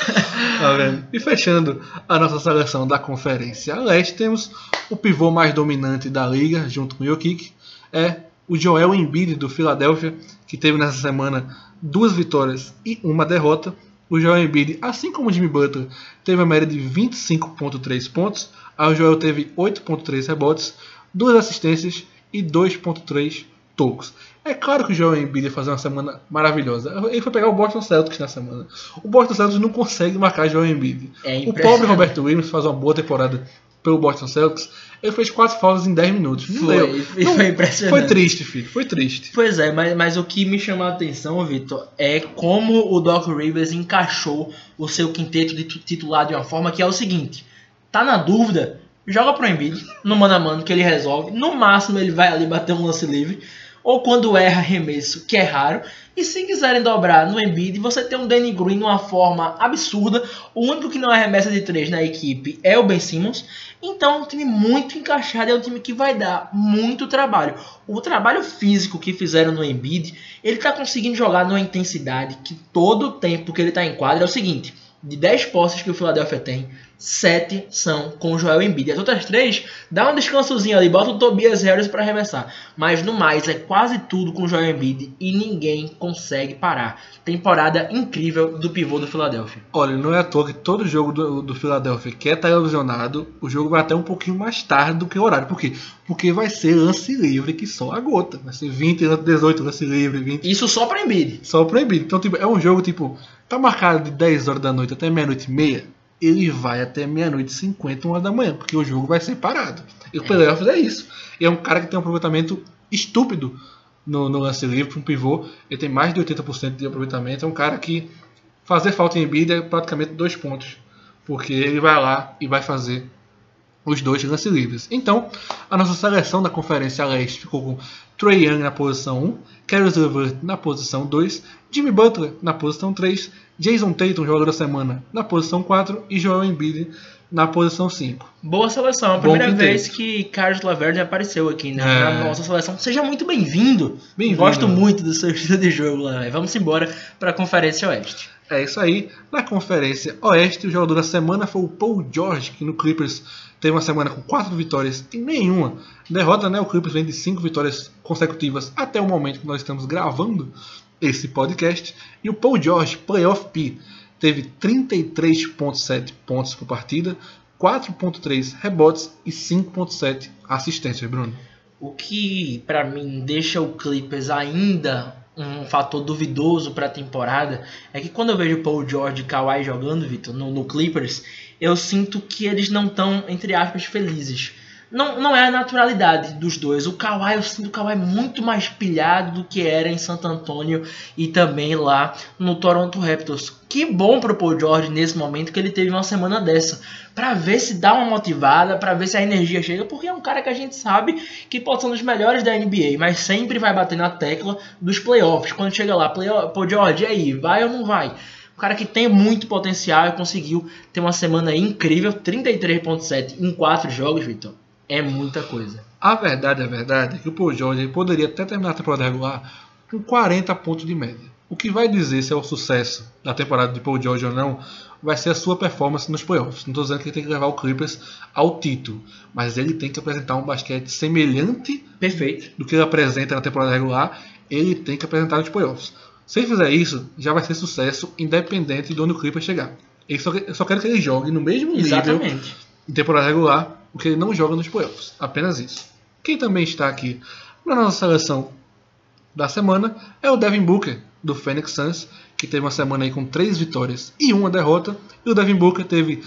Tá vendo? E fechando a nossa seleção da Conferência Leste, temos o pivô mais dominante da liga, junto com o Jokic, o Joel Embiid do Philadelphia, que teve nessa semana 2 vitórias e 1 derrota. O Joel Embiid, assim como o Jimmy Butler, teve a média de 25.3 pontos. O Joel teve 8.3 rebotes, 2 assistências e 2.3 toucos. É claro que o Joel Embiid ia fazer uma semana maravilhosa. Ele foi pegar o Boston Celtics na semana. O Boston Celtics não consegue marcar Joel Embiid. O pobre Roberto Williams faz uma boa temporada pelo Boston Celtics. Ele fez 4 faltas em 10 minutos. Foi impressionante. Foi triste, filho. Foi triste. Pois é, mas o que me chamou a atenção, Vitor, é como o Doc Rivers encaixou o seu quinteto de titular de uma forma que é o seguinte. Tá na dúvida? Joga pro Embiid, no mano a mano, que ele resolve. No máximo ele vai ali bater um lance livre. Ou quando erra arremesso, que é raro. E se quiserem dobrar no Embiid, você tem um Danny Green de uma forma absurda. O único que não arremessa de 3 na equipe é o Ben Simmons. Então é um time muito encaixado, é um time que vai dar muito trabalho. O trabalho físico que fizeram no Embiid, ele está conseguindo jogar numa intensidade que todo o tempo que ele está em quadra é o seguinte. De 10 posses que o Philadelphia tem, 7 são com o Joel Embiid. As outras 3, dá um descansozinho ali, bota o Tobias Harris para arremessar. Mas no mais, é quase tudo com o Joel Embiid e ninguém consegue parar. Temporada incrível do pivô do Philadelphia. Olha, não é à toa que todo jogo do Philadelphia que é televisionado, o jogo vai até um pouquinho mais tarde do que o horário. Por quê? Porque vai ser lance livre que só a gota. Vai ser 20, 18 lance livre, 20. Isso só para Embiid. Só para Embiid. Então tipo, é um jogo tipo, tá marcado de 10 horas da noite até meia-noite e meia. Ele vai até meia-noite e 50, 1 hora da manhã, porque o jogo vai ser parado. E o playoffs é isso. E é um cara que tem um aproveitamento estúpido no lance livre para um pivô. Ele tem mais de 80% de aproveitamento. É um cara que fazer falta em Embiid é praticamente 2 pontos. Porque ele vai lá e vai fazer os 2 lances livres. Então, a nossa seleção da Conferência Leste ficou com Trae Young na posição 1, Caris LeVert na posição 2, Jimmy Butler na posição 3, Jason Tatum, jogador da semana, na posição 4 e Joel Embiid na posição 5. Boa seleção, a primeira vez que Caris LeVert apareceu aqui na nossa seleção. Seja muito bem-vindo. Gosto muito do seu estilo de jogo lá. Vamos embora para a Conferência Oeste. É isso aí. Na Conferência Oeste, o jogador da semana foi o Paul George, que no Clippers teve uma semana com 4 vitórias e nenhuma derrota, né? O Clippers vem de 5 vitórias consecutivas até o momento que nós estamos gravando esse podcast. E o Paul George, Playoff P, teve 33,7 pontos por partida, 4,3 rebotes e 5,7 assistências, Bruno. O que, para mim, deixa o Clippers ainda um fator duvidoso para a temporada é que quando eu vejo o Paul George e Kawhi jogando, Vitor, no Clippers, eu sinto que eles não estão, entre aspas, felizes. Não é a naturalidade dos dois. O Kawhi, eu sinto o Kawhi muito mais pilhado do que era em Santo Antônio e também lá no Toronto Raptors. Que bom pro Paul George nesse momento que ele teve uma semana dessa, para ver se dá uma motivada, para ver se a energia chega, porque é um cara que a gente sabe que pode ser um dos melhores da NBA, mas sempre vai bater na tecla dos playoffs. Quando chega lá, Paul George, e aí, vai ou não vai? Um cara que tem muito potencial e conseguiu ter uma semana incrível, 33,7 em 4 jogos, Vitor. É muita coisa. A verdade é que o Paul George poderia até terminar a temporada regular com 40 pontos de média. O que vai dizer se é o sucesso da temporada de Paul George ou não vai ser a sua performance nos playoffs. Não estou dizendo que ele tem que levar o Clippers ao título, mas ele tem que apresentar um basquete semelhante do que ele apresenta na temporada regular. Ele tem que apresentar nos playoffs. Se ele fizer isso, já vai ser sucesso independente de onde o Clippers chegar. Eu só quero que ele jogue no mesmo nível em temporada regular, porque ele não joga nos playoffs. Apenas isso. Quem também está aqui na nossa seleção da semana é o Devin Booker, do Phoenix Suns, que teve uma semana aí com 3 vitórias e 1 derrota. E o Devin Booker teve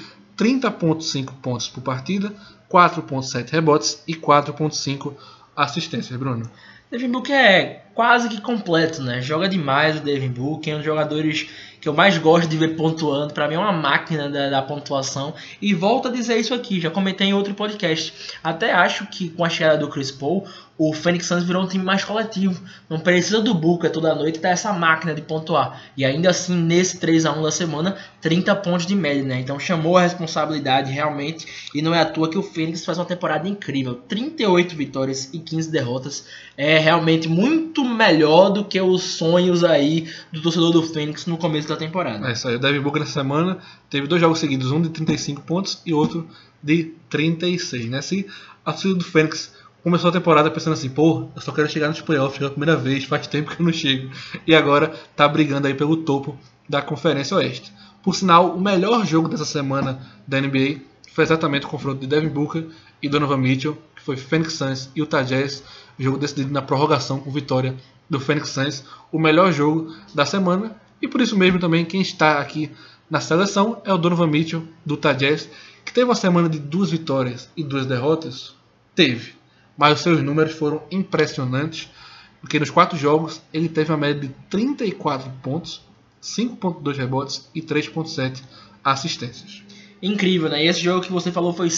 30,5 pontos por partida, 4,7 rebotes e 4,5 assistências, Bruno. Devin Booker é quase que completo, né? Joga demais o Devin Booker, é um dos jogadores que eu mais gosto de ver pontuando. Para mim é uma máquina da pontuação. E volto a dizer isso aqui, já comentei em outro podcast. Até acho que com a chegada do Chris Paul, o Phoenix Suns virou um time mais coletivo. Não precisa do Booker toda noite, tá essa máquina de pontuar. E ainda assim, nesse 3-1 da semana, 30 pontos de média, né? Então chamou a responsabilidade realmente. E não é à toa que o Phoenix faz uma temporada incrível. 38 vitórias e 15 derrotas. É realmente muito melhor do que os sonhos aí do torcedor do Phoenix no começo da temporada. É isso aí. O Devin Booker nessa semana teve 2 jogos seguidos, um de 35 pontos e outro de 36, né? Se a torcida do Phoenix começou a temporada pensando assim, pô, eu só quero chegar nos playoffs pela primeira vez, faz tempo que eu não chego. E agora tá brigando aí pelo topo da Conferência Oeste. Por sinal, o melhor jogo dessa semana da NBA foi exatamente o confronto de Devin Booker e Donovan Mitchell, que foi Phoenix Suns e Utah Jazz, jogo decidido na prorrogação com vitória do Phoenix Suns, o melhor jogo da semana, e por isso mesmo também quem está aqui na seleção é o Donovan Mitchell do Utah Jazz, que teve uma semana de 2 vitórias e 2 derrotas, mas os seus números foram impressionantes, porque nos 4 jogos ele teve uma média de 34 pontos, 5.2 rebotes e 3.7 assistências. Incrível, né? E esse jogo que você falou foi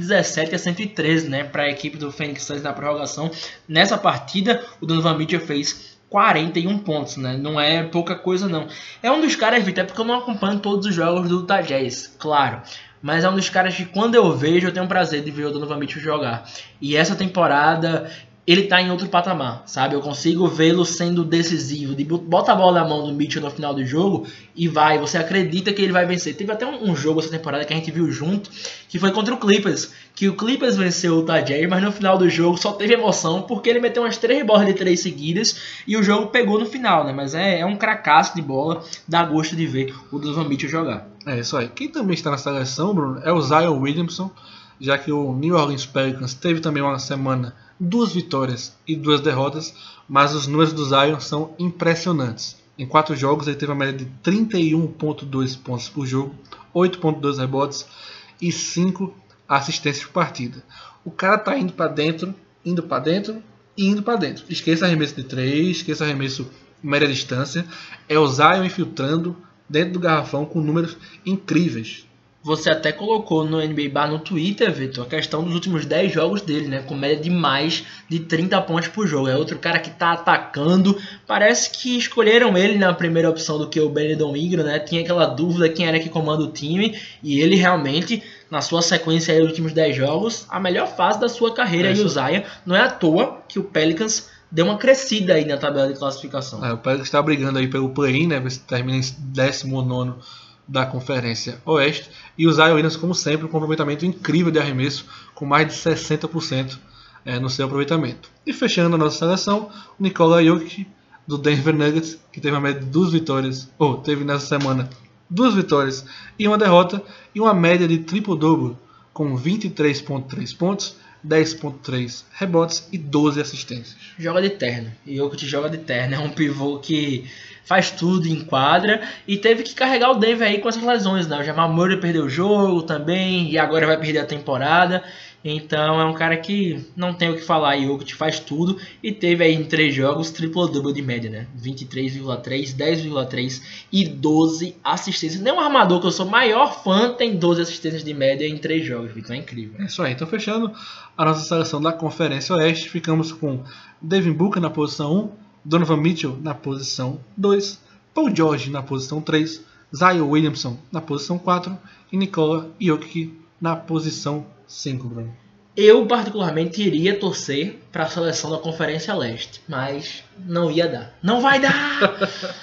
117-113, né? Para a equipe do Phoenix Suns na prorrogação. Nessa partida, o Donovan Mitchell fez 41 pontos, né? Não é pouca coisa, não. É um dos caras, Vitor, é porque eu não acompanho todos os jogos do Utah Jazz, claro. Mas é um dos caras que quando eu vejo, eu tenho o prazer de ver o Donovan Mitchell jogar. E essa temporada ele tá em outro patamar, sabe? Eu consigo vê-lo sendo decisivo, de bota a bola na mão do Mitchell no final do jogo e vai, você acredita que ele vai vencer. Teve até um jogo essa temporada que a gente viu junto, que foi contra o Clippers, que o Clippers venceu o Utah Jazz, mas no final do jogo só teve emoção, porque ele meteu umas 3 bolas de 3 seguidas e o jogo pegou no final, né? Mas é um cracaço de bola, dá gosto de ver o Donovan Mitchell jogar. É isso aí. Quem também está na seleção, Bruno, é o Zion Williamson, já que o New Orleans Pelicans teve também uma semana 2 vitórias e 2 derrotas, mas os números do Zion são impressionantes. Em 4 jogos ele teve uma média de 31.2 pontos por jogo, 8.2 rebotes e 5 assistências por partida. O cara tá indo para dentro e indo para dentro. Esqueça arremesso de 3, esqueça arremesso média distância. É o Zion infiltrando dentro do garrafão com números incríveis. Você até colocou no NBA Bar no Twitter, Vitor, a questão dos últimos 10 jogos dele, né? Com média de mais de 30 pontos por jogo. É outro cara que tá atacando. Parece que escolheram ele na primeira opção do que o Brandon Ingram, né? Tinha aquela dúvida quem era que comanda o time. E ele realmente, na sua sequência aí dos últimos 10 jogos, a melhor fase da sua carreira. E o Zion, não é à toa que o Pelicans deu uma crescida aí na tabela de classificação. O Pelicans está brigando aí pelo play-in, né? Ver se termina em 19º da Conferência Oeste, e o Zion Williams, como sempre, um aproveitamento incrível de arremesso, com mais de 60% no seu aproveitamento. E fechando a nossa seleção, o Nikola Jokic, do Denver Nuggets, que teve uma média de 2 vitórias, teve nessa semana 2 vitórias e 1 derrota, e uma média de triple-double, com 23.3 pontos, 10.3 rebotes e 12 assistências. Joga de terno. Jokic joga de terno. É um pivô que faz tudo em quadra e teve que carregar o Denver aí com essas lesões, né? O Jamal Murray perdeu o jogo também e agora vai perder a temporada. Então é um cara que não tem o que falar. Jokic faz tudo e teve aí em 3 jogos triple-double de média, né? 23,3, 10,3 e 12 assistências. Nem um armador que eu sou maior fã tem 12 assistências de média em 3 jogos. Então é incrível. É isso aí. Então fechando a nossa seleção da Conferência Oeste, ficamos com Devin Booker na posição 1, Donovan Mitchell na posição 2, Paul George na posição 3, Zion Williamson na posição 4 e Nikola Jokic na posição 5, Bruno. Eu particularmente iria torcer para a seleção da Conferência Leste, mas não ia dar. Não vai dar!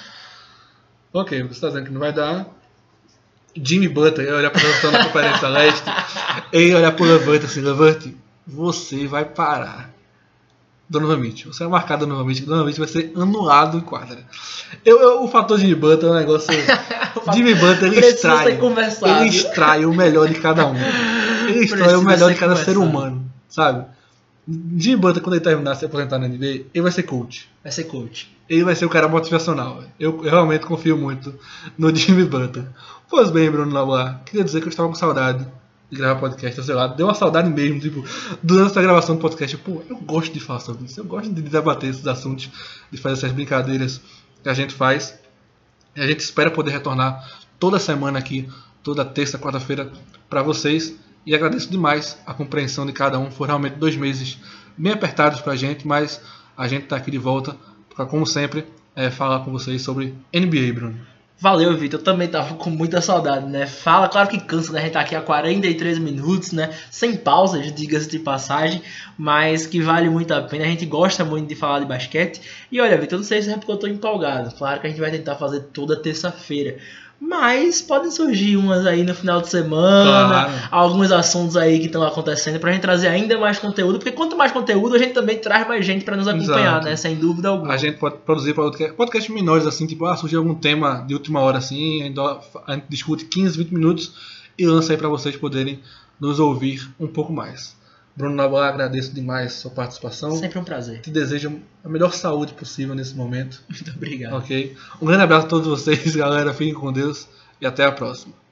Ok, você está dizendo que não vai dar. Jimmy Butler ia olhar para a seleção da Conferência Leste e ia olhar para o Levante assim, Levante, você vai parar Donovan Mitchell. Você vai marcar Donovan Mitchell vai ser anulado em quadra. O fator Jimmy Butler é um negócio... Jimmy Butler, ele extrai o melhor de cada um. Ele extrai o melhor de cada ser humano, sabe? Jimmy Butler, quando ele terminar de se aposentar na NBA, ele vai ser coach. Ele vai ser o cara motivacional. Eu realmente confio muito no Jimmy Butler. Pois bem, Bruno Navarro, queria dizer que eu estava com saudade de gravar podcast ao seu lado. Deu uma saudade mesmo, tipo, durante essa gravação do podcast. Pô, eu gosto de falar sobre isso. Eu gosto de debater esses assuntos, de fazer essas brincadeiras que a gente faz. E a gente espera poder retornar toda semana aqui, toda terça, quarta-feira, para vocês. E agradeço demais a compreensão de cada um. Foram realmente 2 meses bem apertados pra gente, mas a gente tá aqui de volta para, como sempre, falar com vocês sobre NBA, Bruno. Valeu, Vitor. Eu também tava com muita saudade, né? Claro que cansa, né? A gente tá aqui há 43 minutos, né? Sem pausas, diga-se de passagem, mas que vale muito a pena. A gente gosta muito de falar de basquete. E olha, Vitor, não sei se é porque eu tô empolgado. Claro que a gente vai tentar fazer toda terça-feira. Mas podem surgir umas aí no final de semana, claro. Alguns assuntos aí que estão acontecendo pra gente trazer ainda mais conteúdo, porque quanto mais conteúdo a gente também traz mais gente pra nos acompanhar, exato, né? Sem dúvida alguma. A gente pode produzir podcasts menores, assim, tipo, surgir algum tema de última hora, assim, a gente discute 15, 20 minutos e lança aí para vocês poderem nos ouvir um pouco mais. Bruno Navarro, agradeço demais a sua participação. Sempre um prazer. Te desejo a melhor saúde possível nesse momento. Muito obrigado. Ok? Um grande abraço a todos vocês, galera. Fiquem com Deus e até a próxima.